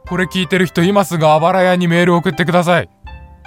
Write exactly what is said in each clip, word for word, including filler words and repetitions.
これ聞いてる人今すぐあばら屋にメール送ってください。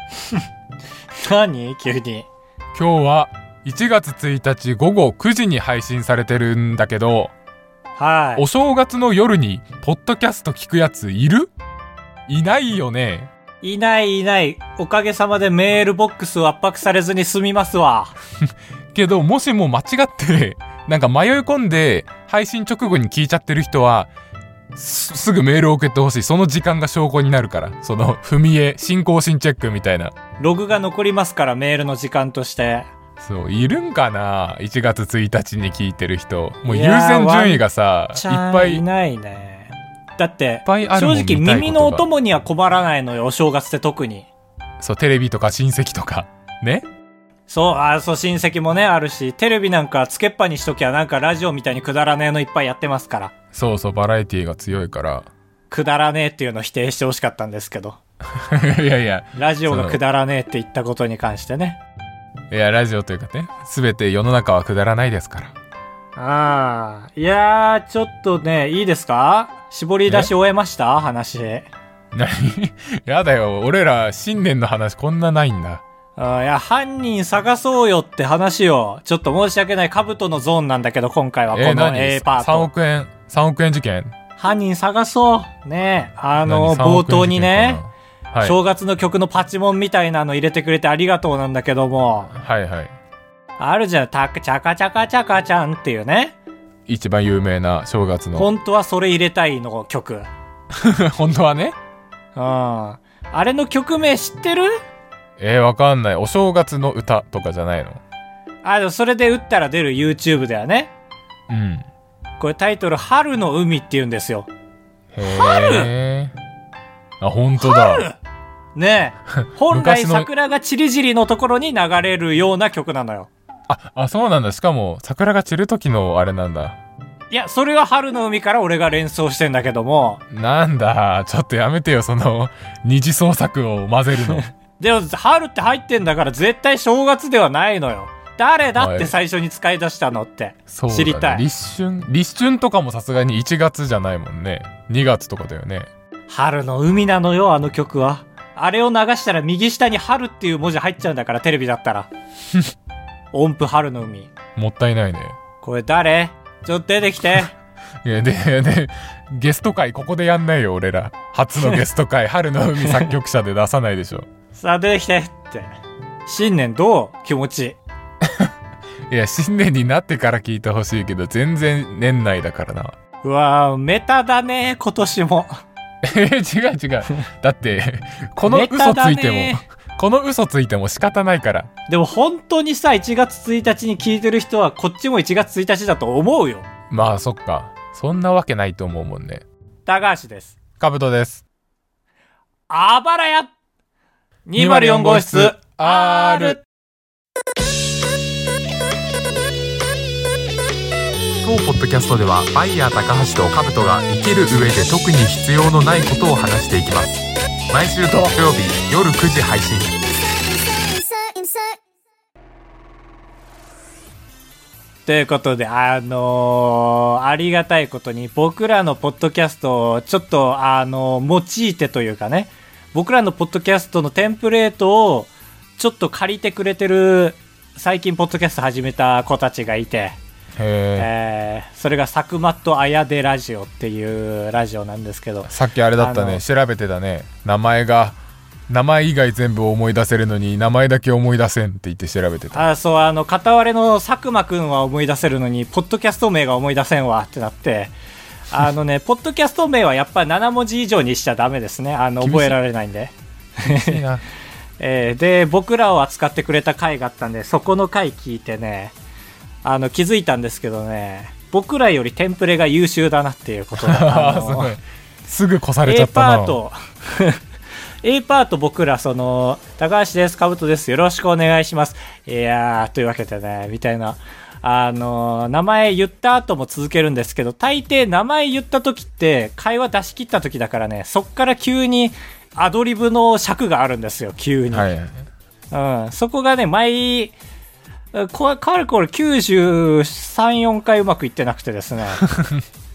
何急に。 今日はいちがつついたちごごくじに配信されてるんだけど、 はい。 お正月の夜にポッドキャスト聞くやついる？いないよね。 いないいない。おかげさまでメールボックスを圧迫されずに済みますわ。 けどもしも間違ってなんか迷い込んで配信直後に聞いちゃってる人は す, すぐメールを送ってほしい。その時間が証拠になるから、その踏み絵進行新チェックみたいなログが残りますから、メールの時間として。 そういるんかな。いちがつついたちに聞いてる人、もう優先順位がさいっぱいいないね。だって正直耳のお供には困らないのよ、お正月って特に。 そう、テレビとか親戚とかね。 そう、あ、そう、親戚もねあるし、テレビなんかつけっぱにしときゃなんかラジオみたいにくだらねえのいっぱいやってますから。 そうそう、バラエティーが強いから。 くだらねえっていうのを否定してほしかったんですけどいやいや、 ラジオがくだらねえって言ったことに関してね。 いや、ラジオというかね、すべて世の中はくだらないですから。 ああ、いやー、ちょっとね、いいですか？絞り出し終えました？話。 何？やだよ、俺ら新年の話こんなないんだ。 あ、いや、犯人探そうよって話よ。ちょっと申し訳ない、兜のゾーンなんだけど、今回はこの A パート。 さんおくえん、さんおくえん事件？ 犯人探そうね。あの冒頭にね、はい、正月の曲のパチモンみたいなの入れてくれてありがとうなんだけども、 はいはい、 あるじゃん、タクチャカチャカチャカちゃんっていうね、 一番有名な正月の。 本当はそれ入れたいの曲。 本当はね。 うん。あれの曲名知ってる？ えー、わかんない。お正月の歌とかじゃないの？ あ、でもそれで打ったら出る YouTube だよね。 うん。 これタイトル春の海って言うんですよ。 へー。 春？ あ、本当だ。 春？ねえ。本来桜がチリチリのところに流れるような曲なのよ。 あ、あ、そうなんだ。しかも桜が散る時のあれなんだ。 いや、それは春の海から俺が連想してんだけども。 なんだ、ちょっとやめてよ、その二次創作を混ぜるの。 でも春って入ってんだから絶対正月ではないのよ。誰だって最初に使い出したのって、はい、知りたい。 立春立春とかもさすがにいちがつじゃないもんね。にがつとかだよね。 春の海なのよ、あの曲は。あれを流したら右下に春っていう文字入っちゃうんだから、テレビだったら。音符春の海。 もったいないね。 これ誰？ちょっと出てきて。 いや、で、で、ゲスト会ここでやんないよ、俺ら。初のゲスト会、春の海作曲者で出さないでしょ。 さあ、出てきてって。新年どう？気持ち。 いや、新年になってから聞いてほしいけど、全然年内だからな。 うわぁ、メタだね、今年も。 え、違う違う。だって、この嘘ついても、この嘘ついても仕方ないから。 でも本当にさ、いちがつついたちに聞いてる人は、こっちもいちがつついたちだと思うよ。 まあ、そっか。そんなわけないと思うもんね。 高橋です。 かぶとです。 あばらやにまるよん号室 R。 当ポッドキャストではバイヤー高橋とカブトが生きる上で特に必要のないことを話していきます。毎週土曜日夜くじ配信。 ということで、あのー、ありがたいことに僕らのポッドキャストをちょっと、あのー、用いてというかね、僕らのポッドキャストのテンプレートをちょっと借りてくれてる、最近ポッドキャスト始めた子たちがいて、 へえー、それがサクマットあやでラジオっていうラジオなんですけど、 さっきあれだったね、調べてたね。名前が名前以外全部思い出せるのに名前だけ思い出せんって言って調べてた。 あ、そう、あの片割れの佐久間くんは思い出せるのにポッドキャスト名が思い出せんわってなって、あのねポッドキャスト名はやっぱりなな文字以上にしちゃダメですね。あの覚えられないんで。厳しいな。えー、で僕らを扱ってくれた回があったんで、そこの回聞いてね、あの気づいたんですけどね、僕らよりテンプレが優秀だなっていうことだ。あのすごい、すぐ越されちゃったな。 A パートA パート僕らその高橋です、かぶとです、よろしくお願いします、いやーというわけでねみたいな、あの名前言った後も続けるんですけど、大抵名前言った時って会話出し切った時だからね、そっから急にアドリブの尺があるんですよ、急に、はい、うん、そこがね毎これかれこれきゅうじゅうさん、よんかいうまくいってなくてですね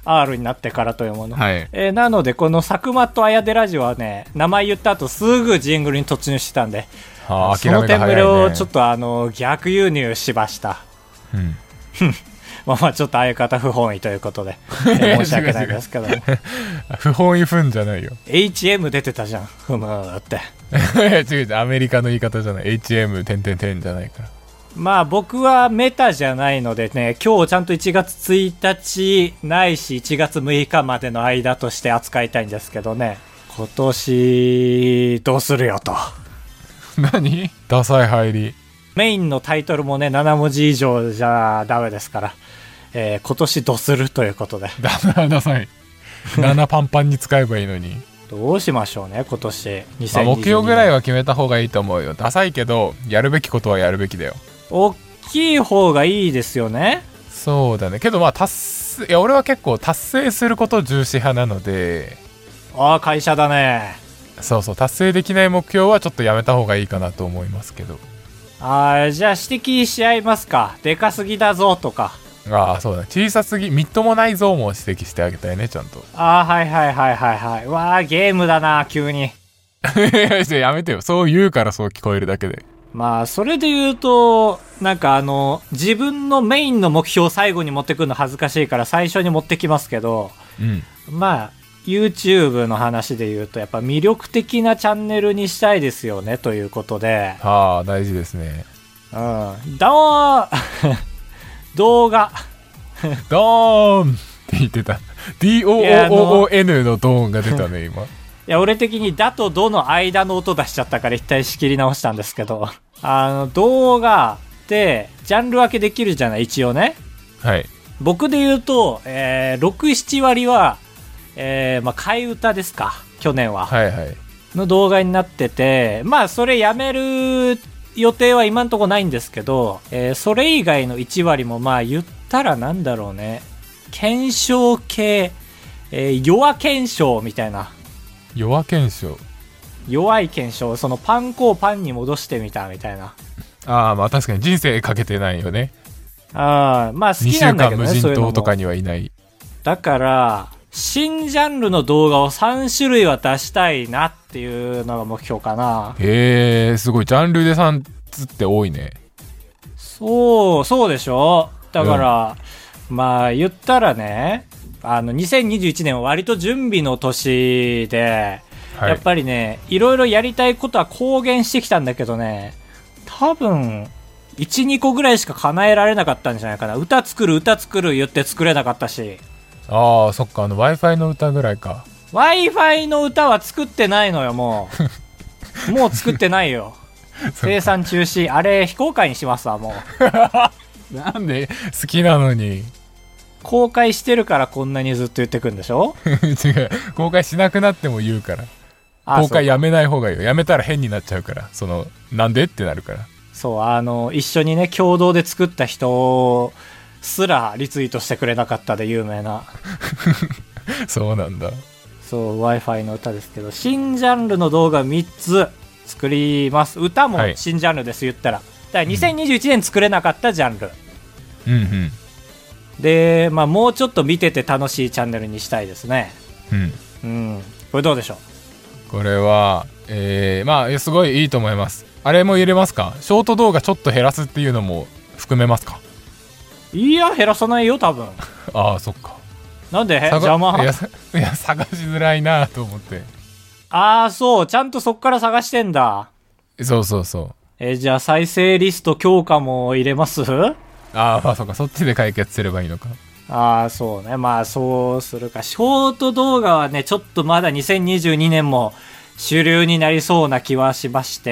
R になってからというもの、 はい、 えー、なのでこのサクマとあやでラジオはね、名前言った後すぐジングルに突入してたんで、 はあ、 そのテンプレをちょっとあの逆輸入しました。うんまあまあちょっと相方不本意ということで、えー、申し訳ないですけども不本意ふんじゃないよ。 エイチエム 出てたじゃん、ふむーって違う違う、アメリカの言い方じゃない。 エイチエム 点点点じゃないから。 まあ僕はメタじゃないのでね、今日ちゃんといちがつついたちないしいちがつむいかまでの間として扱いたいんですけどね、今年どうするよと。 何ダサい入り。 メインのタイトルもねななもじ以上じゃダメですから、えー、今年どうするということで。 ダダサいななパンパンに使えばいいのにどうしましょうね今年にせんにじゅうにねん、 まあ、目標ぐらいは決めた方がいいと思うよ。ダサいけどやるべきことはやるべきだよ。 大きい方がいいですよね。 そうだね。けどまあ達成、いや俺は結構達成すること重視派なので。 ああ会社だね。 そうそう、達成できない目標はちょっとやめた方がいいかなと思いますけど。 ああじゃあ指摘し合いますか。でかすぎだぞとか。ああそうだ、小さすぎみっともないぞも指摘してあげたいねちゃんと。 ああはいはいはいはいはい。わあゲームだな急にやめてよ、そう言うからそう聞こえるだけで。 まあそれで言うとなんかあの自分のメインの目標を最後に持ってくるの恥ずかしいから最初に持ってきますけど、うん、まあ YouTube の話で言うとやっぱ魅力的なチャンネルにしたいですよねということで。 はあ大事ですね。 うんどう動画ドーンって言ってた。 ディーオーオーオーエヌ のドーンが出たね今。 いや俺的に「だ」と「ど」の間の音出しちゃったから一体仕切り直したんですけど、あの動画ってジャンル分けできるじゃない一応ね。 はい僕で言うと、えー、ろく、ななわりは、えー、まあ替え歌ですか去年は、 はいはいの動画になってて、まあそれやめる予定は今んとこないんですけど、えー、それ以外のいちわりもまあ言ったらなんだろうね、検証系、えー、弱検証みたいな。 弱検証、 弱い検証、そのパン粉をパンに戻してみたみたいな。 ああまあ確かに人生かけてないよね。 ああまあ好きなんだけどね。 にしゅうかん無人島とかにはいない。 だから新ジャンルの動画をさんしゅるいは出したいなっていうのが目標かな。 へえすごい、ジャンルでさんつって多いね。 そうそうでしょ。だから、うん、まあ言ったらね、あのにせんにじゅういちねんは割と準備の年で、はい、やっぱりねいろいろやりたいことは公言してきたんだけどね、多分 いち,に 個ぐらいしか叶えられなかったんじゃないかな。歌作る歌作る言って作れなかったし。 ああそっか、あの Wi-Fi の歌ぐらいか。 Wi-Fi の歌は作ってないのよもうもう作ってないよ生産中止。あれ非公開にしますわもうなんで好きなのに。 公開してるからこんなにずっと言ってくんでしょ違う、公開しなくなっても言うから。公開やめない方がいいよ。やめたら変になっちゃうから、そのなんでってなるから。 そう、あの一緒にね共同で作った人すらリツイートしてくれなかったで有名なそうなんだ。 そう Wi-Fi の歌ですけど、新ジャンルの動画みっつ作ります。歌も新ジャンルです、はい、言ったら。だからにせんにじゅういちねん作れなかったジャンル、 うんうんで、まあ、もうちょっと見てて楽しいチャンネルにしたいですね。うん、うん、これどうでしょう。 これは、えー、まあすごいいいと思います。あれも入れますか？ショート動画ちょっと減らすっていうのも含めますか？ いや減らさないよ多分ああそっか。 なんで邪魔？ いや、いや探しづらいなと思って。 ああそう、ちゃんとそっから探してんだ。 そうそうそう。 えー、じゃあ再生リスト強化も入れます？ ああそうか、そっちで解決すればいいのか。 ああそうね、まあそうするか。ショート動画はねちょっとまだにせんにじゅうにねんも主流になりそうな気はしまして、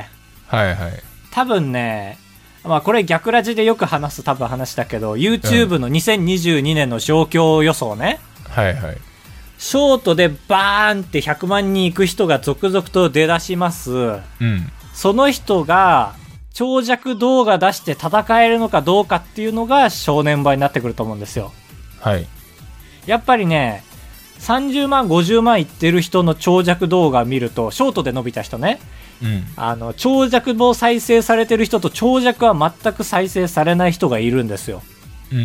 はいはい。 多分ね、まあこれ逆ラジでよく話す多分話だけど YouTube のにせんにじゅうにねんの状況予想ね、 うん、はいはい。 ショートでバーンってひゃくまんにんいく人が続々と出だします、うん、その人が長尺動画出して戦えるのかどうかっていうのが正念場になってくると思うんですよ。 はい。 やっぱりねさんじゅうまんごじゅうまんいってる人の長尺動画見ると、ショートで伸びた人ね、うん、あの長尺も再生されてる人と長尺は全く再生されない人がいるんですよ。 うん、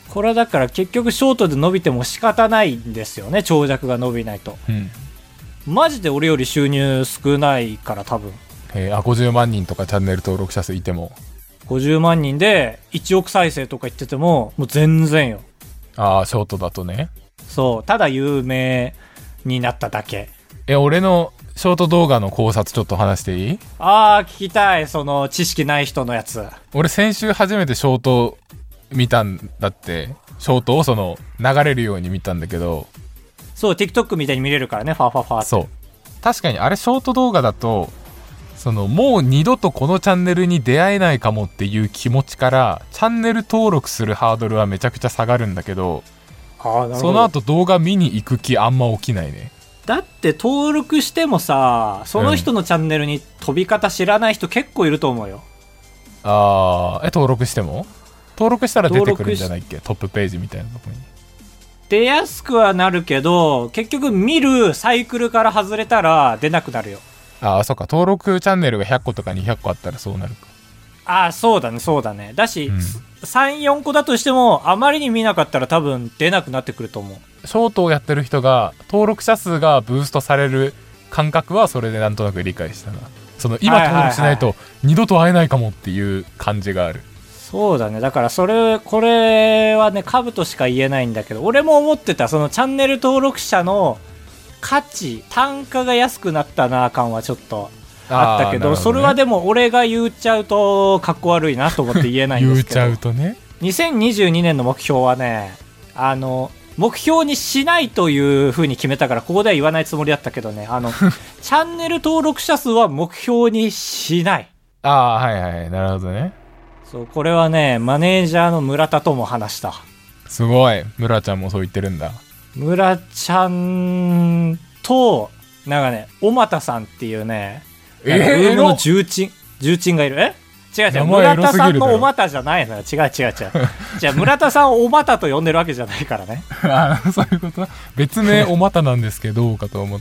これはだから結局ショートで伸びても仕方ないんですよね、長尺が伸びないと、 うん、 マジで俺より収入少ないから多分。 えー、あごじゅうまんにんとかチャンネル登録者数いてもごじゅうまんにんでいちおく再生とか言っててももう全然よ。 ああショートだとね。 そう、ただ有名になっただけ。 え俺のショート動画の考察ちょっと話していい？ ああ聞きたい、その知識ない人のやつ。 俺先週初めてショート見たんだって。ショートをその流れるように見たんだけど、 そう TikTok みたいに見れるからね、ファーファーファーって。 そう確かにあれショート動画だとそのもう二度とこのチャンネルに出会えないかもっていう気持ちからチャンネル登録するハードルはめちゃくちゃ下がるんだけど、 あーなるほど。 その後動画見に行く気あんま起きないね。 だって登録してもさ、その人のチャンネルに飛び方知らない人結構いると思うよ、 うん、あーえ登録しても登録したら出てくるんじゃないっけ、トップページみたいなところに出やすくはなるけど、結局見るサイクルから外れたら出なくなるよ。 ああそっか、登録チャンネルがひゃっことかにひゃっこあったらそうなるか。 ああそうだねそうだね。だし、うん、さん、よんこだとしてもあまりに見なかったら多分出なくなってくると思う。 ショートをやってる人が登録者数がブーストされる感覚はそれでなんとなく理解したな。その今登録しないと二度と会えないかもっていう感じがある。 そうだね。だからそれこれはねカブとしか言えないんだけど、俺も思ってた、そのチャンネル登録者の価値単価が安くなったな感はちょっとあったけ ど, ど、ね、それはでも俺が言っちゃうとかっこ悪いなと思って言えないんですけど言っちゃうとね。 にせんにじゅうにねんの目標はね、あの目標にしないという風に決めたからここでは言わないつもりだったけどね、あのチャンネル登録者数は目標にしない。 ああはいはいなるほどね。 そうこれはねマネージャーの村田とも話した。すごい、村ちゃんもそう言ってるんだ。 村ちゃんとなんかね小俣さんっていうね、えー、ウームの重鎮重鎮がいる。え違う違う、村田さんのお股じゃないのよ。違う違う違うじゃあ村田さんをお股と呼んでるわけじゃないからねあそういうこと。別名お股なんですけどかと思った。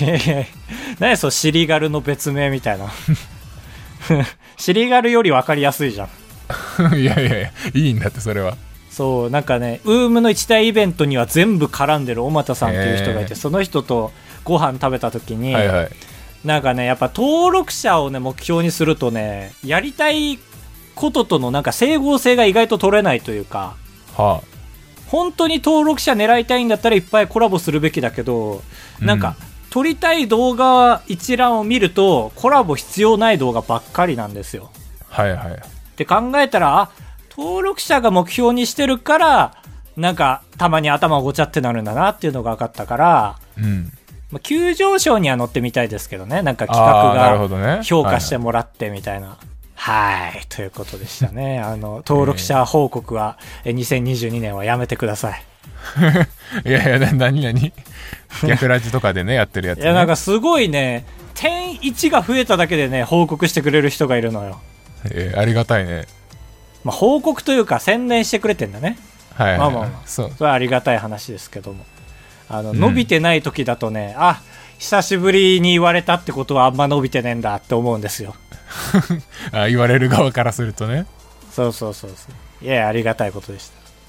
いやいや何そうシリガルの別名みたいなシリガルより分かりやすいじゃんいやいやいやいいんだってそれは。 そうなんかねウームの一大イベントには全部絡んでる小俣さんっていう人がいて、その人とご飯食べた時に、はいはい、なんかねやっぱ登録者をね目標にするとねやりたいこととのなんか整合性が意外と取れないというか、はあ、本当に登録者狙いたいんだったらいっぱいコラボするべきだけど、うん、なんか撮りたい動画一覧を見るとコラボ必要ない動画ばっかりなんですよ。 はいはい。 って考えたら、あ登録者が目標にしてるからなんかたまに頭ごちゃってなるんだなっていうのが分かったから、うんまあ、急上昇には乗ってみたいですけどね。なんか企画が評価してもらってみたいな。はい、はいということでしたね。あの登録者報告はにせんにじゅうにねんはやめてくださいいやいや何何逆ラジとかでねやってるやつ、ね、 いやなんかすごいね点いちが増えただけでね報告してくれる人がいるのよ。 えー、ありがたいね。 まあ、報告というか宣伝してくれてんだね。 はい、はい、 まあまあまあそうそれはありがたい話ですけども、あの、うん、伸びてない時だとね、あ久しぶりに言われたってことはあんま伸びてねえんだって思うんですよあ言われる側からするとね。 そうそうそうそういやありがたいことでした。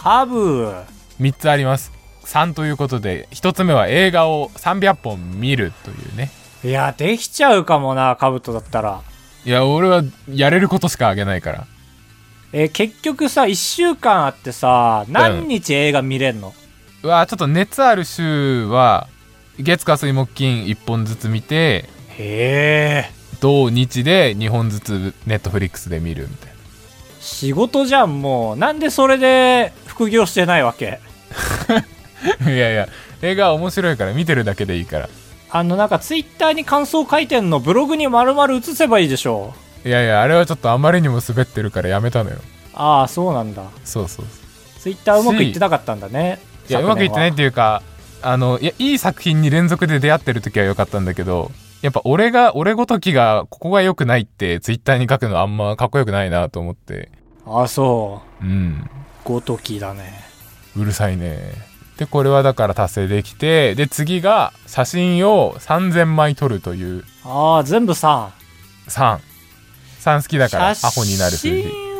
カブみっつあります。さんということでひとつめは映画をさんびゃっぽん見るというね。 いやできちゃうかもなカブトだったら。 いや俺はやれることしかあげないから。 えー、結局さいっしゅうかんあってさ何日映画見れんの？ うん、うわちょっと熱ある週は月火水木金いっぽんずつ見て、 へえ土日でにほんずつネットフリックスで見るみたいな。 仕事じゃんもう。なんでそれで副業してないわけいやいや映画は面白いから見てるだけでいいから。 あのなんかツイッターに感想書いてんのブログに丸々移せばいいでしょ。 いやいやあれはちょっとあまりにも滑ってるからやめたのよ。 ああそうなんだ。 そうそうツイッターうまくいってなかったんだね。 いやうまくいってないっていうかあのいやいい作品に連続で出会ってる時は良かったんだけど、やっぱ俺が俺ごときがここが良くないってツイッターに書くのあんまかっこよくないなと思って。 ああそううんごときだね。 うるさいね。でこれはだから達成できて、で次が写真をさんぜんまい撮るという。 ああ全部さんさんさん好きだからアホになる数字。 写真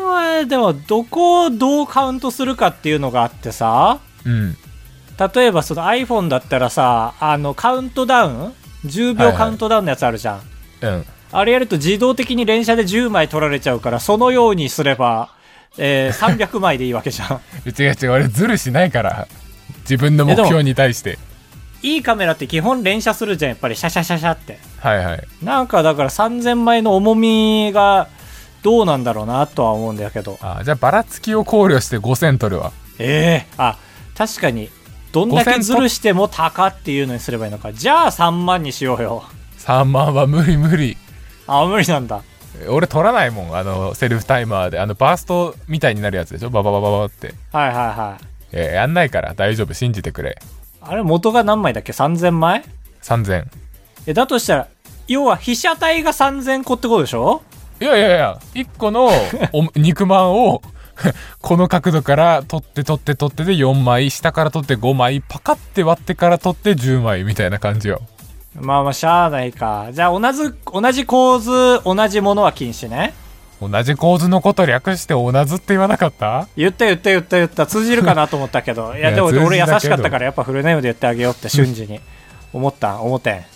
はでもどこをどうカウントするかっていうのがあってさ、 うん。 例えばその iPhone だったらさ、あのカウントダウンじゅうびょうカウントダウンのやつあるじゃん、 はいはい、うん。 あれやると自動的に連射でじゅうまい取られちゃうから、そのようにすれば、えー、さんびゃくまいでいいわけじゃん違う違う、俺ズルしないから、自分の目標に対して。 いいカメラって基本連射するじゃん、やっぱりシャシャシャシャって。 はいはい。 なんかだからさんぜんまいの重みがどうなんだろうなとは思うんだけど。 あ、じゃあばらつきを考慮してごせん取るわ。 ええー、あ、確かにどんだけズルしても高っていうのにすればいいのか。じゃあさんまんにしようよ。 さんまんは無理無理。 あ、無理なんだ。 俺取らないもん、あのセルフタイマーで、あのバーストみたいになるやつでしょ、バババババって。 はいはいはい。 えー、やんないから大丈夫、信じてくれ。 あれ元が何枚だっけ、さんぜんまい ? さんぜん。 え、だとしたら要は被写体がさんぜんこってことでしょ。 いやいやいや、いっこの肉まんをこの角度から取って取って取ってでよんまい、下から取ってごまい、パカって割ってから取ってじゅうまいみたいな感じよ。 まあまあしゃあないか。じゃあ同じ同じ構図同じものは禁止ね。 同じ構図のこと略して同じって言わなかった？ 言った言った言った言った。通じるかなと思ったけどいやでも俺優しかったからやっぱフルネームで言ってあげようって瞬時に思ったん思ってん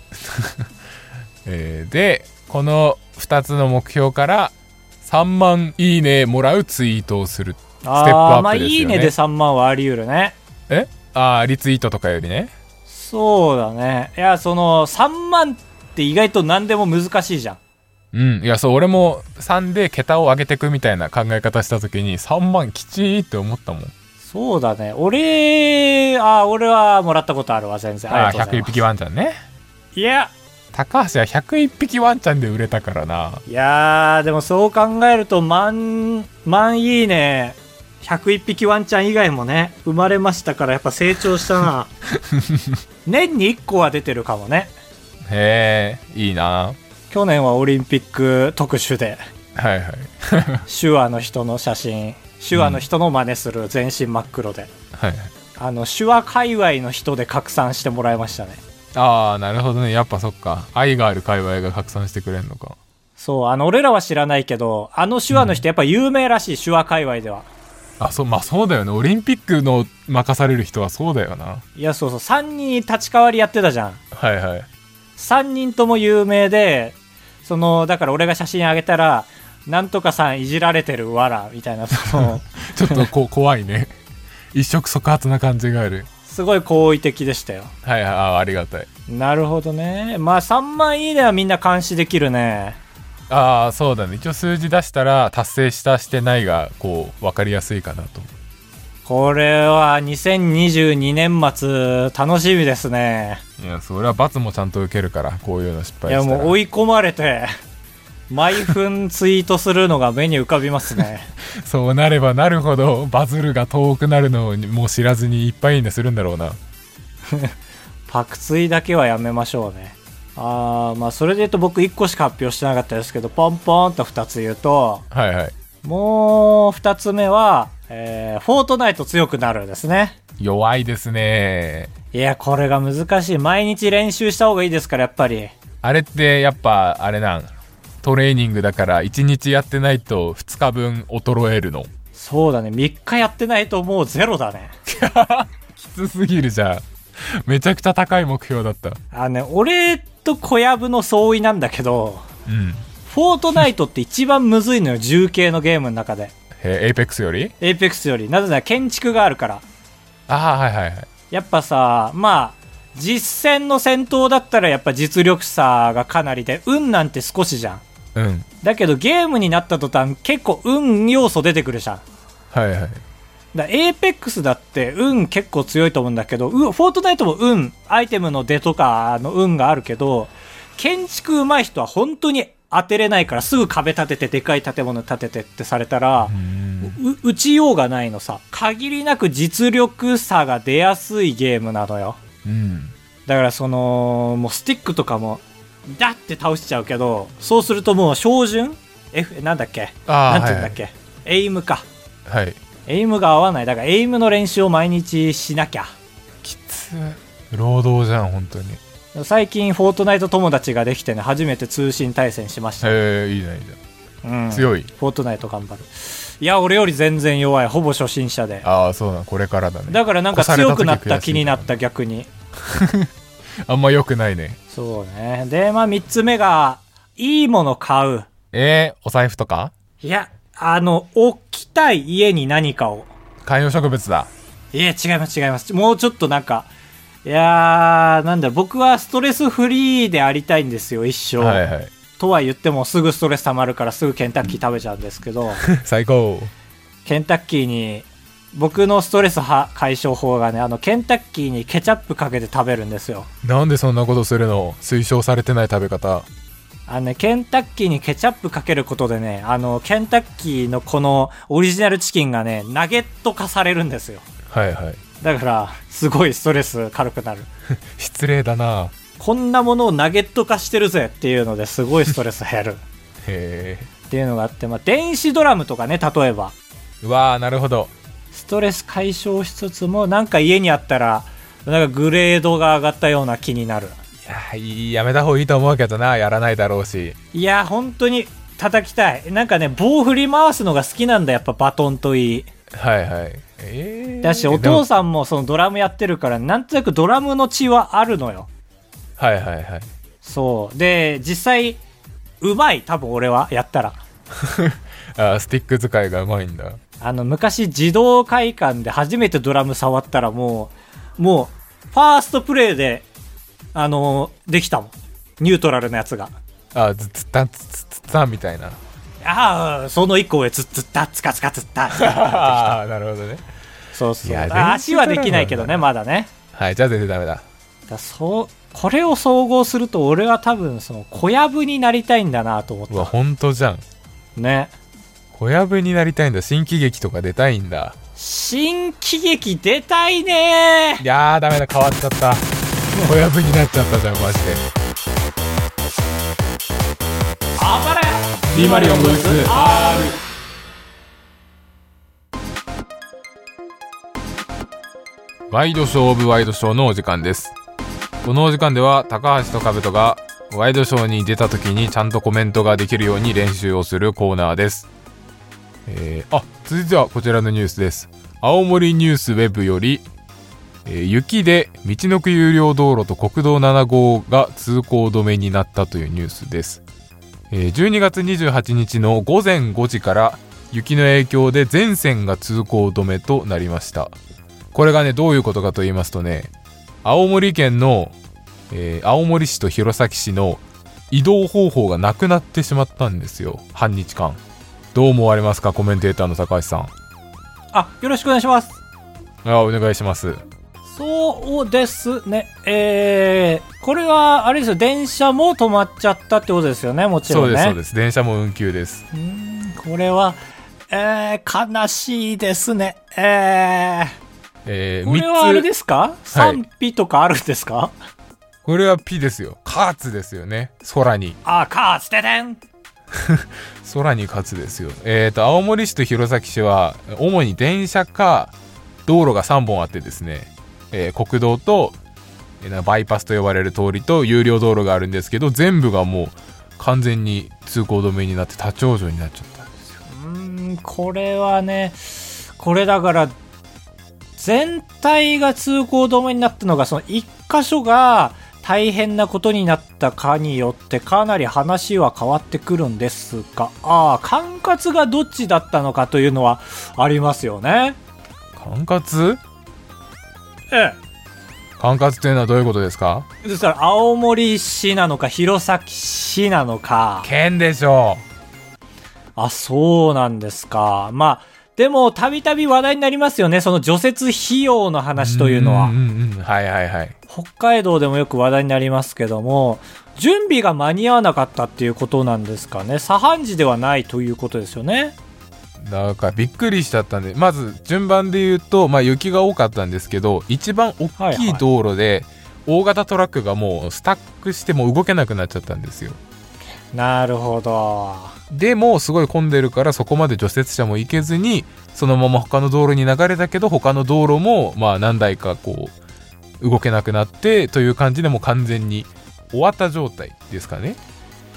えー、でこのふたつの目標からさんまんいいねもらうツイートをするステップアップですよね。 あー、まあいいねでさんまんはあり得るね。 えあーリツイートとかよりね。 そうだね。いやそのさんまんって意外と何でも難しいじゃん。 うん、いやそう俺もさんで桁を上げていくみたいな考え方した時にさんまんきちーって思ったもん。 そうだね。俺あ俺はもらったことあるわ全然。 ああひゃくいっぴきワンちゃんね。 いや高橋はひゃくいっぴきワンちゃんで売れたからな。 いやーでもそう考えると万万いいねひゃくいっぴきワンちゃん以外もね生まれましたからやっぱ成長したな年にいっこは出てるかもね。 へえいいな。 去年はオリンピック特集ではいはい手話の人の写真手話の人の真似する全身真っ黒で、うん、 はいはい、 あの手話界隈の人で拡散してもらいましたね。 ああなるほどね。やっぱそっか愛がある界隈が拡散してくれんのか。 そうあの俺らは知らないけどあの手話の人やっぱ有名らしい、うん、手話界隈では。 あそうまあそうだよね。オリンピックの任される人はそうだよな。 いやそうそうさんにん立ち代わりやってたじゃん。 はいはい。 さんにんとも有名でそのだから俺が写真あげたらなんとかさんいじられてるわらみたいなそのちょっとこ怖いね一触即発な感じがある。 すごい好意的でしたよ。 はいはい あ, ありがたい。 なるほどね。まあさんまんいいねはみんな監視できるね。 ああそうだね。一応数字出したら達成したしてないがこう分かりやすいかなと。 これはにせんにじゅうにねん末楽しみですね。 いやそれは罰もちゃんと受けるからこういうの失敗したら。 いやもう追い込まれて毎分ツイートするのが目に浮かびますねそうなればなるほどバズるが遠くなるのをもう知らずにいっぱいいいねするんだろうなパクツイだけはやめましょうね。あーまあそれで言うと僕いっこしか発表してなかったですけどポンポンとふたつ言うとはいはいもうふたつめは、えー、フォートナイト強くなるですね。 弱いですね。 いやこれが難しい。毎日練習した方がいいですからやっぱり。 あれってやっぱあれなんトレーニングだからいちにちやってないとふつかぶん衰えるの。 そうだねみっかやってないともうゼロだねきつすぎるじゃん。めちゃくちゃ高い目標だった。 あね俺と小籔の相違なんだけど、 うん、 フォートナイトって一番むずいのよ銃系のゲームの中で。 エイペックスよりエイペックスよりなぜなら建築があるから。 ああはいはいはい。 やっぱさまあ実戦の戦闘だったらやっぱ実力差がかなりで運なんて少しじゃん。 うん、 だけどゲームになった途端結構運要素出てくるじゃん。 はいはい。 だエーペックスだって運結構強いと思うんだけどフォートナイトも運アイテムの出とかの運があるけど建築上手い人は本当に当てれないからすぐ壁立ててでかい建物建ててってされたら打ちようがないのさ。限りなく実力差が出やすいゲームなのよ、 うん、 だからそのもうスティックとかもダッて倒しちゃうけどそうするともう照準 F なんだっけなんて言うんだっけ、はいはい、エイムかはいエイムが合わない。だからエイムの練習を毎日しなきゃ。 きつ労働じゃん本当に。 最近フォートナイト友達ができてね初めて通信対戦しました。 へえいいねいいね。 うん、 強い。 フォートナイト頑張る。いや俺より全然弱い、ほぼ初心者で。 ああそうな、これからだね。 だからなんか強くなった気になった、逆にあんま良くないね。 そうね。でまあみっつめがいいもの買う。 えー、お財布とか？ いやあの置きたい家に何かを。 観葉植物だ。 いや違います違います。もうちょっとなんか、いやーなんだろう、僕はストレスフリーでありたいんですよ一生。 はいはい。 とは言ってもすぐストレス溜まるからすぐケンタッキー食べちゃうんですけど最高。 ケンタッキーに僕のストレス解消法がね、あのケンタッキーにケチャップかけて食べるんですよ。 なんでそんなことするの？推奨されてない食べ方。 あのね、ケンタッキーにケチャップかけることでね、あのケンタッキーのこのオリジナルチキンがねナゲット化されるんですよ。 はいはい。 だからすごいストレス軽くなる失礼だな。 こんなものをナゲット化してるぜっていうのですごいストレス減るへーっていうのがあって、まあ、電子ドラムとかね、例えばうわーなるほど。 ストレス解消しつつもなんか家にあったらなんかグレードが上がったような気になる。 いややめた方がいいと思うけどな、やらないだろうし。 いや本当に叩きたい。なんかね棒振り回すのが好きなんだ、やっぱバトンといい。 はいはい。えー、 だしお父さんもそのドラムやってるからなんとなくドラムの血はあるのよ。 はいはいはい。 そうで実際うまい、多分俺はやったらあスティック使いがうまいんだ。 あの昔児童会館で初めてドラム触ったらもうもうファーストプレイであのできたもん、ニュートラルなやつが。 あズツッタンツツツタンみたいな。 ああその一個上ツッツッタツカツカツッタああなるほどね。 そうそう。足はできないけどねまだね。 はい、じゃあ全然ダメだ。 だそうこれを総合すると俺は多分その小籔になりたいんだなと思った。 うわ本当じゃんね。 小籔になりたいんだ。新喜劇とか出たいんだ。 新喜劇出たいねー。 いやーダメだ、変わっちゃった。小籔になっちゃったじゃんマジで。 あばれにまるよんブース アール。ワイドショーオブワイドショーのお時間です。このお時間では高橋とかぶとがワイドショーに出た時にちゃんとコメントができるように練習をするコーナーです。えー、あ続いてはこちらのニュースです。青森ニュースウェブより、えー、雪で道のく有料道路と国道なな号が通行止めになったというニュースです。えー、じゅうにがつにじゅうはちにちのごぜんごじから雪の影響で全線が通行止めとなりました。これがねどういうことかと言いますとね、青森県の、えー、青森市と弘前市の移動方法がなくなってしまったんですよ、半日間。どう思われますか、コメンテーターの高橋さん。 あ、よろしくお願いします。 あ、お願いします。 そうですね、えー、これはあれですよ、電車も止まっちゃったってことですよね、もちろんね。 そうですそうです、電車も運休です。 うーん、これは、えー、悲しいですね。えーえー、 これはあれですか、賛否とかあるんですか？はい、 これはピですよ。カーツですよね。空に。 あ、カーツててん空に勝つですよ。えーと、青森市と弘前市は主に電車か道路がさんぼんあってですね、えー、国道と、えー、バイパスと呼ばれる通りと有料道路があるんですけど、全部がもう完全に通行止めになって立ち往生になっちゃったんですよ。 うーん、これはね、これだから全体が通行止めになったのがその一箇所が大変なことになったかによってかなり話は変わってくるんですが、ああ、管轄がどっちだったのかというのはありますよね。 管轄？ ええ。 管轄というのはどういうことですか？ ですから青森市なのか弘前市なのか。 県でしょう。あ、そうなんですか。まあでもたびたび話題になりますよね、その除雪費用の話というのは。 うんうんうん、はいはいはい。 北海道でもよく話題になりますけども、準備が間に合わなかったっていうことなんですかね。左半時ではないということですよね。 だからびっくりしちゃったんで、まず順番で言うと、まあ、雪が多かったんですけど、一番大きい道路で大型トラックがもうスタックしても動けなくなっちゃったんですよ。 なるほど。 でもすごい混んでるからそこまで除雪車も行けずにそのまま他の道路に流れたけど、他の道路もまあ何台かこう動けなくなってという感じでもう完全に終わった状態ですかね。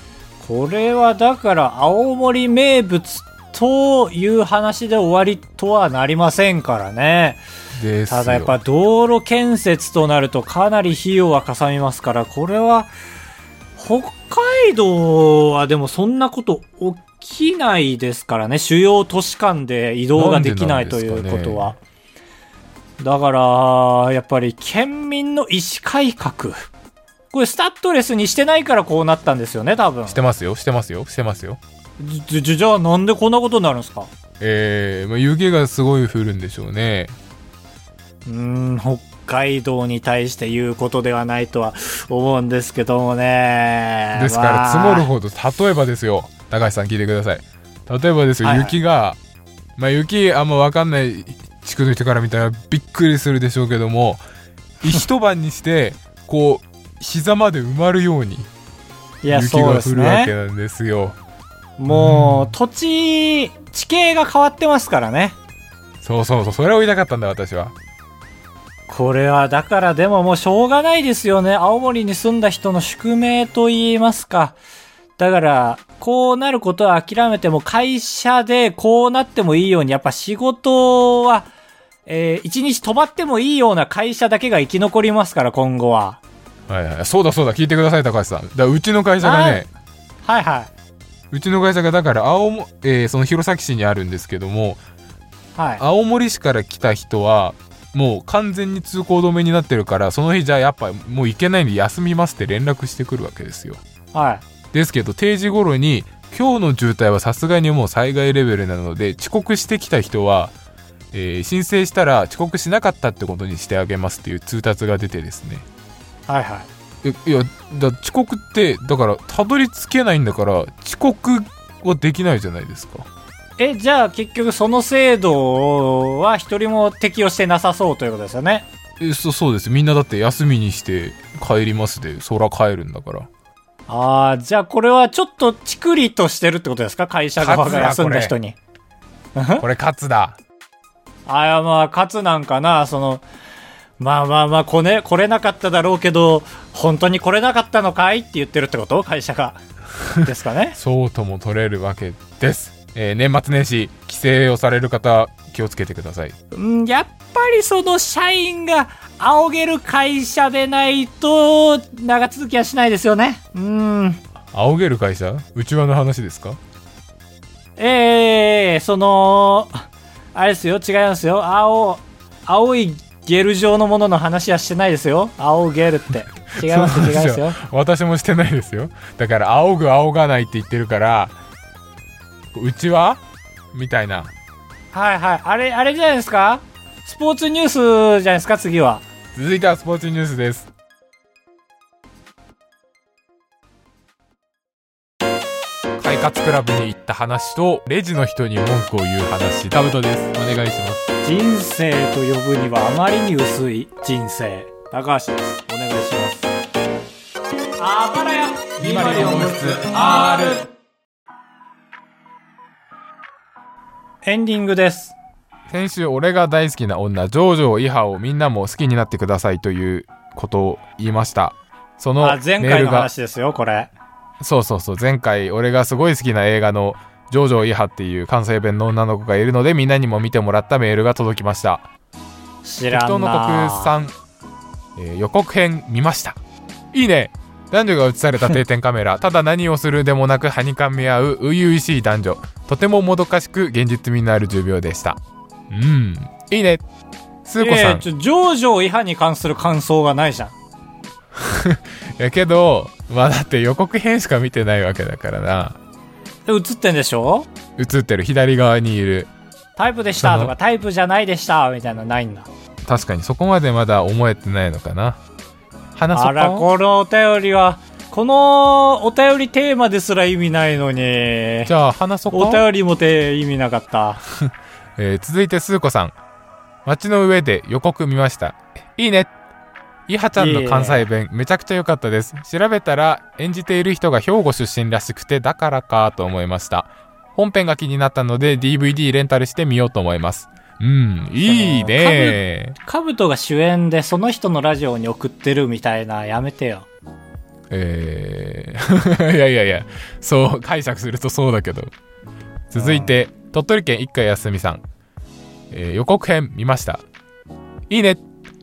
これはだから青森名物という話で終わりとはなりませんからね。 ですよ。 ただやっぱ道路建設となるとかなり費用はかさみますから、これは北海道はでもそんなこと起きないですからね。主要都市間で移動ができないということは。だからやっぱり県民の意思改革、これスタッドレスにしてないからこうなったんですよね、多分。 してますよしてますよしてますよ。 じ, じ, じゃあなんでこんなことになるんですか。 えー、まあ、雪がすごい降るんでしょうね。 うーん、北海道に対して言うことではないとは思うんですけどもね。 ですから、まあ、積もるほど、例えばですよ、高橋さん聞いてください。例えばですよ、はいはい、雪が、まあ、雪あんま分かんない地区の人から見たらびっくりするでしょうけども、一晩にしてこう膝まで埋まるように雪が降るわけなんですよ。 もう、うん、土地地形が変わってますからね。 そうそうそう、それを言いたかったんだ私は。 これはだからでももうしょうがないですよね。青森に住んだ人の宿命と言いますか。だからこうなることは諦めても、会社でこうなってもいいように、やっぱ仕事は、えー、一日止まってもいいような会社だけが生き残りますから、今後は。 はいはい、そうだそうだ、聞いてください高橋さん。だからうちの会社がね、 はいはい、 うちの会社がだから青も、えー、その弘前市にあるんですけども、 はい、 青森市から来た人はもう完全に通行止めになってるから、その日じゃあやっぱもう行けないんで休みますって連絡してくるわけですよ。 はい。 ですけど定時頃に、今日の渋滞はさすがにもう災害レベルなので、遅刻してきた人は、えー、申請したら遅刻しなかったってことにしてあげますっていう通達が出てですね。 はいはい。 いやだ遅刻ってだからたどり着けないんだから、遅刻はできないじゃないですか。 え、じゃあ結局その制度は一人も適用してなさそうということですよね。 え そ, そうです、みんなだって休みにして帰りますで、そら帰るんだから。 ああ、じゃあこれはちょっとチクリとしてるってことですか、会社側が休んだ人に。 これ勝つだ。 ああ、まあ勝つなんかな。そのまあまあまあこれ、来れなかっただろうけど、本当に来れなかったのかいって言ってるってこと、会社がですかね。 そうとも取れるわけです。えー、年末年始帰省をされる方気をつけてください。 んやっぱりその社員が仰げる会社でないと長続きはしないですよね。うーん、 仰げる会社、うちわの話ですか。 えー、そのあれですよ、違いますよ。青青いゲル状のものの話はしてないですよ。仰げるって違います違いますよ。 私もしてないですよ。だから仰ぐ仰がないって言ってるから、うちわみたいな。 はいはい、あれあれじゃないですか、スポーツニュースじゃないですか。次は続いてはスポーツニュースです。快活クラブに行った話とレジの人に文句を言う話、タブトです。お願いします。 人生と呼ぶにはあまりに薄い人生、高橋です。お願いします。あばらやにまるよん号室 R。 エンディングです。 先週俺が大好きな女ジョージョイハをみんなも好きになってくださいということを言いました。そのメールが、 あ、前回の話ですよこれ。 そうそうそう、前回俺がすごい好きな映画のジョージョイハっていう関西弁の女の子がいるので、みんなにも見てもらったメールが届きました。 知らんな。 適当の国さん、えー、予告編見ました。いいね。男女が映された定点カメラただ何をするでもなくはにかみ合う初々しい男女、とてももどかしく現実味のあるじゅうびょうでした。うん、いいね。スーコさん、えー、 ちょジョージョイハに関する感想がないじゃん。 やけどまあだって予告編しか見てないわけだからな。 映ってんでしょ。 映ってる、左側にいる。 タイプでしたとかタイプじゃないでしたみたいなのないんだ。 確かにそこまでまだ思えてないのかな。話そうか。 あら、このお便りは、このお便りテーマですら意味ないのに。 じゃあ話そうか。 お便りもて意味なかった。 えー、続いてスーコさん、街の上で予告見ました。いいね。イハちゃんの関西弁めちゃくちゃ良かったです。調べたら演じている人が兵庫出身らしくて、だからかと思いました。本編が気になったので ディーブイディー レンタルしてみようと思います。うん、いいね。 カブトが主演でその人のラジオに送ってるみたいなやめてよ。 えー、いやいやいや、そう解釈するとそうだけど。続いて、鳥取県一回休みさん、えー、予告編見ました。いいね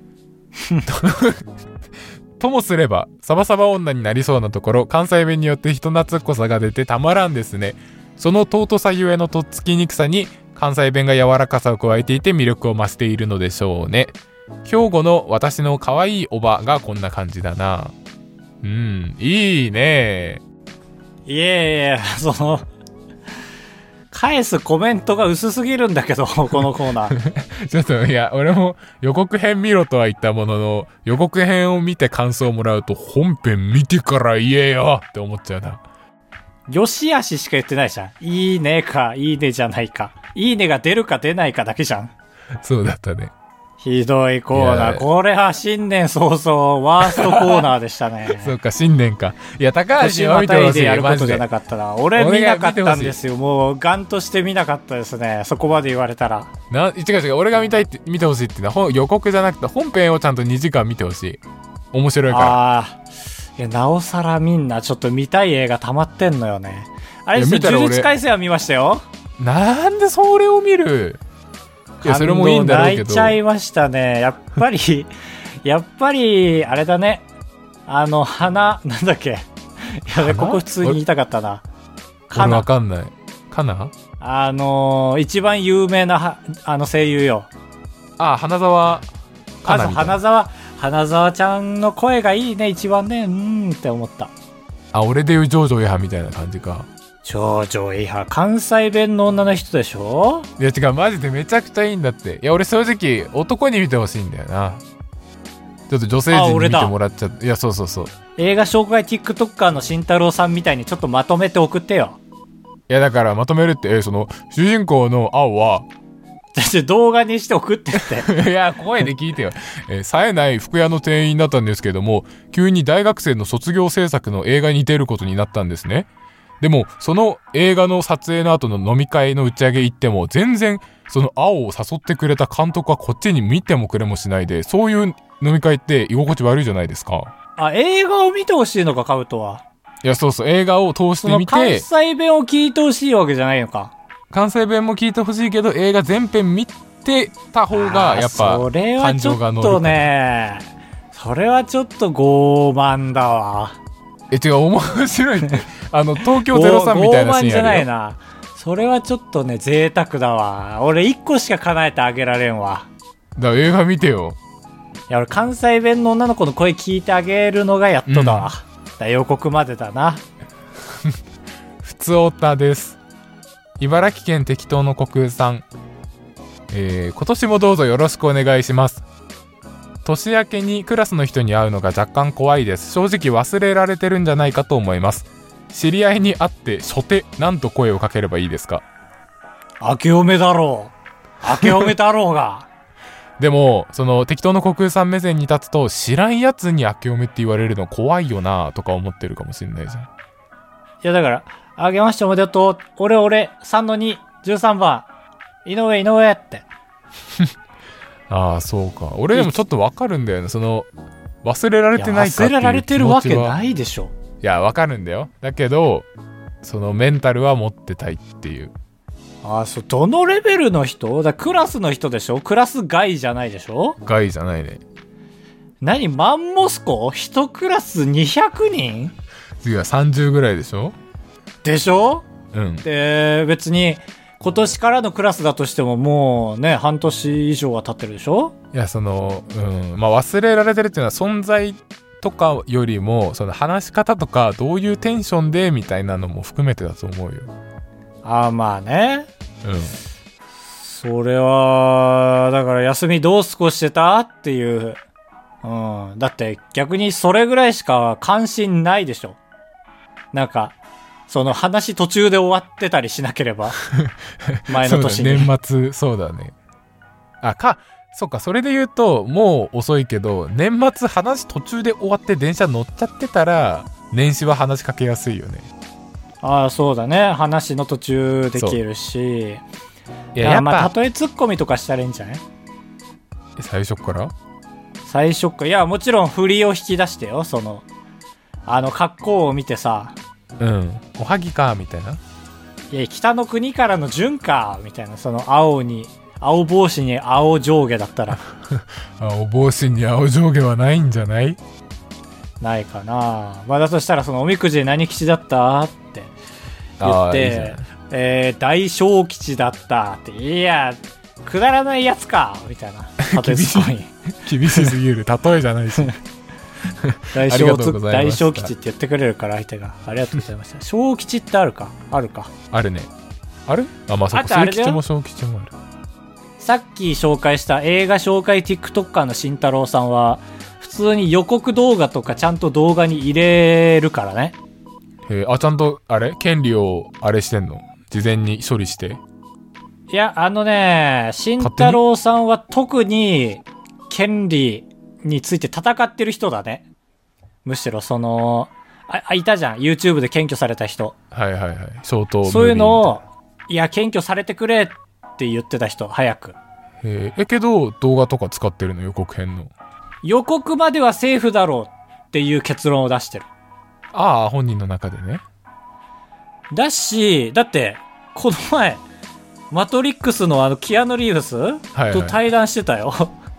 ともすればサバサバ女になりそうなところ、関西弁によって人懐っこさが出てたまらんですね。その尊さゆえのとっつきにくさに関西弁が柔らかさを加えていて魅力を増しているのでしょうね。兵庫の私の可愛いおばがこんな感じだな。うん、いいね。 いやいや、その返すコメントが薄すぎるんだけどこのコーナーちょっといや、俺も予告編見ろとは言ったものの、予告編を見て感想をもらうと本編見てから言えよって思っちゃうな。 よしあししか言ってないじゃん。いいねかいいねじゃないか、いいねが出るか出ないかだけじゃん。 そうだったね。 ひどいコーナー。これは新年早々ワーストコーナーでしたね。 そうか、新年か。いや、高橋は見てほしい。 やることじゃなかったな。俺見なかったんですよ。もうガンとして見なかったですね。そこまで言われたら。 な、違う違う、俺が見たいって見てほしいっていうのは予告じゃなくて本編をちゃんとにじかん見てほしい。面白いから。ああ、 いや、なおさらみんなちょっと見たい映画溜まってんのよね。あれですよ、呪術廻戦は見ましたよ。 なんでそれを見る？いや、それもいいんだろうけど。 泣いちゃいましたね。やっぱりやっぱりあれだね。あの花なんだっけ。いや、ここ普通に言いたかったな。 かな。わかんない。かな？ あのー、一番有名なあの声優よ。 ああ、花澤かな。花澤花澤ちゃんの声がいいね、一番ね。うーんって思った。 あ、俺で言うジョージョイハみたいな感じか。 ジョージョイハ、関西弁の女の人でしょ。 いや違う、マジでめちゃくちゃいいんだって。いや、俺正直男に見てほしいんだよな。ちょっと女性陣に見てもらっちゃって。いや、そうそうそう。 映画紹介 TikToker の慎太郎さんみたいにちょっとまとめて送ってよ。 いや、だからまとめるって、えその主人公の青は動画にして送ってっていや、声で聞いてよ。えー、冴えない服屋の店員だったんですけども、急に大学生の卒業制作の映画に出ることになったんですね。でもその映画の撮影の後の飲み会の打ち上げ行っても全然その青を誘ってくれた監督はこっちに見てもくれもしないで、そういう飲み会って居心地悪いじゃないですか。 あ、映画を見てほしいのか、カウトは。 いや、そうそう、映画を通してみて、 その関西弁を聞いてほしいわけじゃないのか。 関西弁も聞いてほしいけど映画全編見てた方がやっぱ感情が乗る。 それはちょっとね、それはちょっと傲慢だわ。 え、違う、面白いってあの東京ゼロさんみたいなシーンあるよ。傲慢じゃないな。 それはちょっとね、贅沢だわ。俺いっこしか叶えてあげられんわ。 だから映画見てよ。 いや、俺関西弁の女の子の声聞いてあげるのがやっとだわ、うん、だ予告までだな。 ふつおたです。茨城県適当の国空さん、えー、今年もどうぞよろしくお願いします。年明けにクラスの人に会うのが若干怖いです。正直忘れられてるんじゃないかと思います。知り合いに会って初手なんと声をかければいいですか？ 明けおめだろう。明けおめだろうが。 でもその適当の国空さん目線に立つと、知らんやつに明けおめって言われるの怖いよなとか思ってるかもしれないじゃん。いやだからあげましておめでとう。俺俺さんのに、じゅうさんばん井上井上ってああ、そうか。俺でもちょっとわかるんだよね。その忘れられてないかっていう気持ちは。 忘れられてるわけないでしょ。 いや、わかるんだよ。だけどそのメンタルは持ってたいっていう。 ああ、そう。どのレベルの人だ？クラスの人でしょ？クラス外じゃないでしょ？ 外じゃないね。 何？マンモスコ一クラスにひゃくにん？ 次はさんじゅうぐらいでしょ？ でしょ？ うん。 で別に今年からのクラスだとしてももうね、半年以上は経ってるでしょ？ いや、その、うん、まあ忘れられてるっていうのは存在とかよりも、その話し方とかどういうテンションでみたいなのも含めてだと思うよ。 ああ、まあね。 うん。 それはだから休みどう過ごしてたっていう。うん。だって逆にそれぐらいしか関心ないでしょ。なんか。その話途中で終わってたりしなければ前の年に年末。そうだね。あかそっか、それで言うともう遅いけど、年末話途中で終わって電車乗っちゃってたら年始は話しかけやすいよね。 ああ、そうだね。話の途中できるし、いや、 やっぱまあ例えツッコミとかしたらいいんじゃない？ 最初から最初から。いや、もちろん振りを引き出してよ。そのあの格好を見てさ、 うんおはぎかみたいな、 いや北の国からの順かみたいな、その青に青帽子に青上下だったら青帽子に青上下はないんじゃない？ ないかな。まあだとしたらそのおみくじで何吉だったって言って、いいえー、大小吉だったって、いやくだらないやつかみたいな厳しい厳しすぎる例えじゃないし大小大小吉って言ってくれるから相手が、ありがとうございました。小吉ってあるか？あるか。 あるね。ある？あ、まあそこ末吉も小吉もある。 さっき紹介した映画紹介 TikToker の慎太郎さんは普通に予告動画とかちゃんと動画に入れるからね。 へえ、あ、ちゃんとあれ権利をあれしてんの？事前に処理して。 いや、あのね、慎太郎さんは特に権利について戦ってる人だね。むしろその、あ、あいたじゃん。YouTube で検挙された人。 はいはいはい。ショートムービー。 そういうのを、いや、検挙されてくれって言ってた人、早く。 へえ、けど動画とか使ってるの？予告編の。 予告まではセーフだろうっていう結論を出してる。 ああ、本人の中でね。 だし、だって、この前、マトリックスのあの、キアヌ・リーブス、はいはい、と対談してたよ。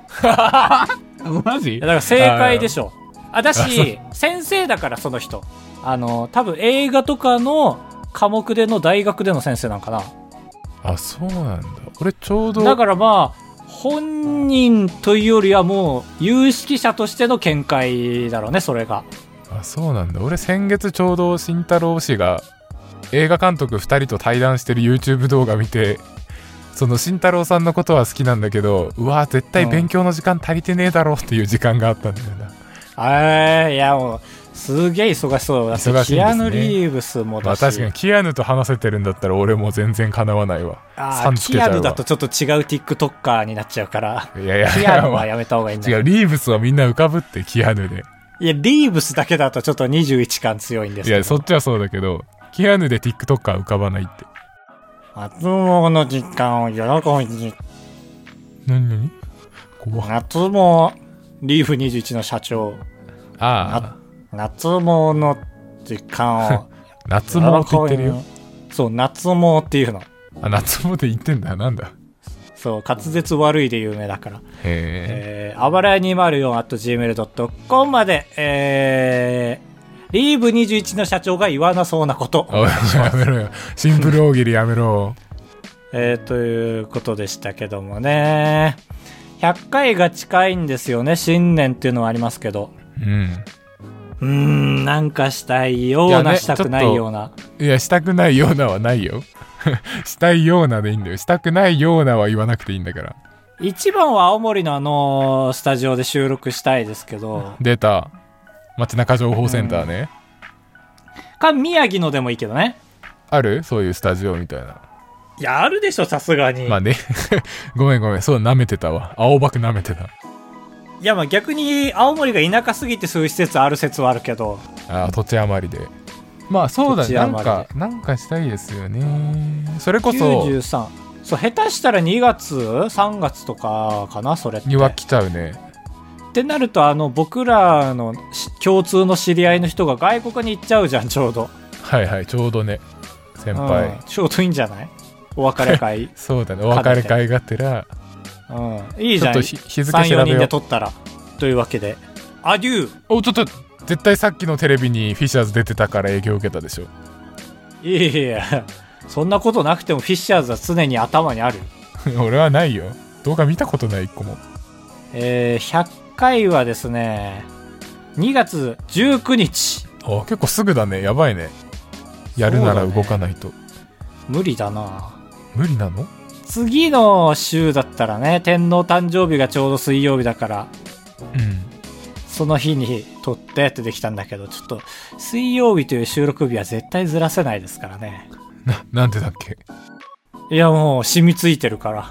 マジ？ だから正解でしょ。あ、だし、先生だからその人。あの、多分映画とかの科目での大学での先生なんかな。 あ、そうなんだ。俺ちょうど。 だからまあ、本人というよりはもう、有識者としての見解だろうね、それが。 あ、そうなんだ。俺先月ちょうど慎太郎氏が映画監督ふたりと対談してる YouTube 動画見て、その慎太郎さんのことは好きなんだけど、うわ絶対勉強の時間足りてねえだろっていう時間があったんだよな。 えー、いやもうすげえ忙しそうだ。 忙しいんですね。 キアヌ・リーブスもだし、 まあ、確かにキアヌと話せてるんだったら俺も全然かなわないわ。 あキアヌだとちょっと違う TikToker になっちゃうから、 いやいやキアヌはやめた方がいいんだ。 違う、リーブスはみんな浮かぶって、キアヌで。 いやリーブスだけだとちょっとにじゅういち感強いんですけど。 いやそっちはそうだけど、キアヌで TikToker 浮かばないって。 夏もの時間を喜びに。 何何？怖っ。 夏もリーフにじゅういちの社長。 ああ。夏もの時間を。 夏もって言ってるよ。 そう、夏もっていうの。 あ、夏もって言ってんだ。なんだ。 そう、滑舌悪いで有名だから。 へえー、あばらや にまるよん アットジーメールドットコム まで、えー、リーブにじゅういちの社長が言わなそうなこと。 やめろよ。シンプル大喜利やめろ。 えー、ということでしたけどもね。ひゃっかいが近いんですよね。新年っていうのはありますけど。 うん。 うーん、なんかしたいような、ね、したくないような。 いや、したくないようなはないよ。したいようなでいいんだよ。したくないようなは言わなくていいんだから。 一番は青森のあのスタジオで収録したいですけど。 出た。街中情報センターね。 うん、か、宮城のでもいいけどね。 ある？そういうスタジオみたいな。 いや、あるでしょ、さすがに。 まあね。ごめんごめん。そう、舐めてたわ。青葉区舐めてた。 いや、まあ逆に青森が田舎すぎてそういう施設ある説はあるけど。 ああ、土地余りで。まあそうだね。なんか、なんかしたいですよね。それこそ。 きゅうじゅうさん。そう、下手したらにがつさんがつとかかな、それって。 には来ちゃうね。 ってなると、あの、僕らの共通の知り合いの人が外国に行っちゃうじゃん、ちょうど。 はいはい、ちょうどね。先輩。うん、 ちょうどいいんじゃない？お別れ会。 そうだね、お別れ会がてら。 うん、いいじゃん。 ちょっと日付調べよう。 さん、よにんで撮ったら。というわけで、アデュー。 お、ちょっと、絶対さっきのテレビにフィッシャーズ出てたから影響受けたでしょ。 いやいや、そんなことなくてもフィッシャーズは常に頭にある。 俺はないよ。動画見たことない、一個も。 えー、ひゃっかいはですね、にがつじゅうくにち。 あ、結構すぐだね。やばいね。やるなら動かないと。 ね、無理だな。 無理なの？ 次の週だったらね、天皇誕生日がちょうど水曜日だから、 うん、 その日に撮ってってできたんだけど、ちょっと水曜日という収録日は絶対ずらせないですからね。 な、なんでだっけ？ いや、もう染みついてるから。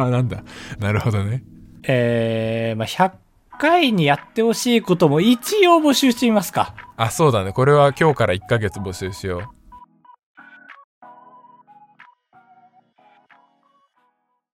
なんだ。なるほどね。 えー、まあ、ひゃっかいにやってほしいことも一応募集してみますか。 あ、そうだね。これは今日からいっかげつ募集しよう。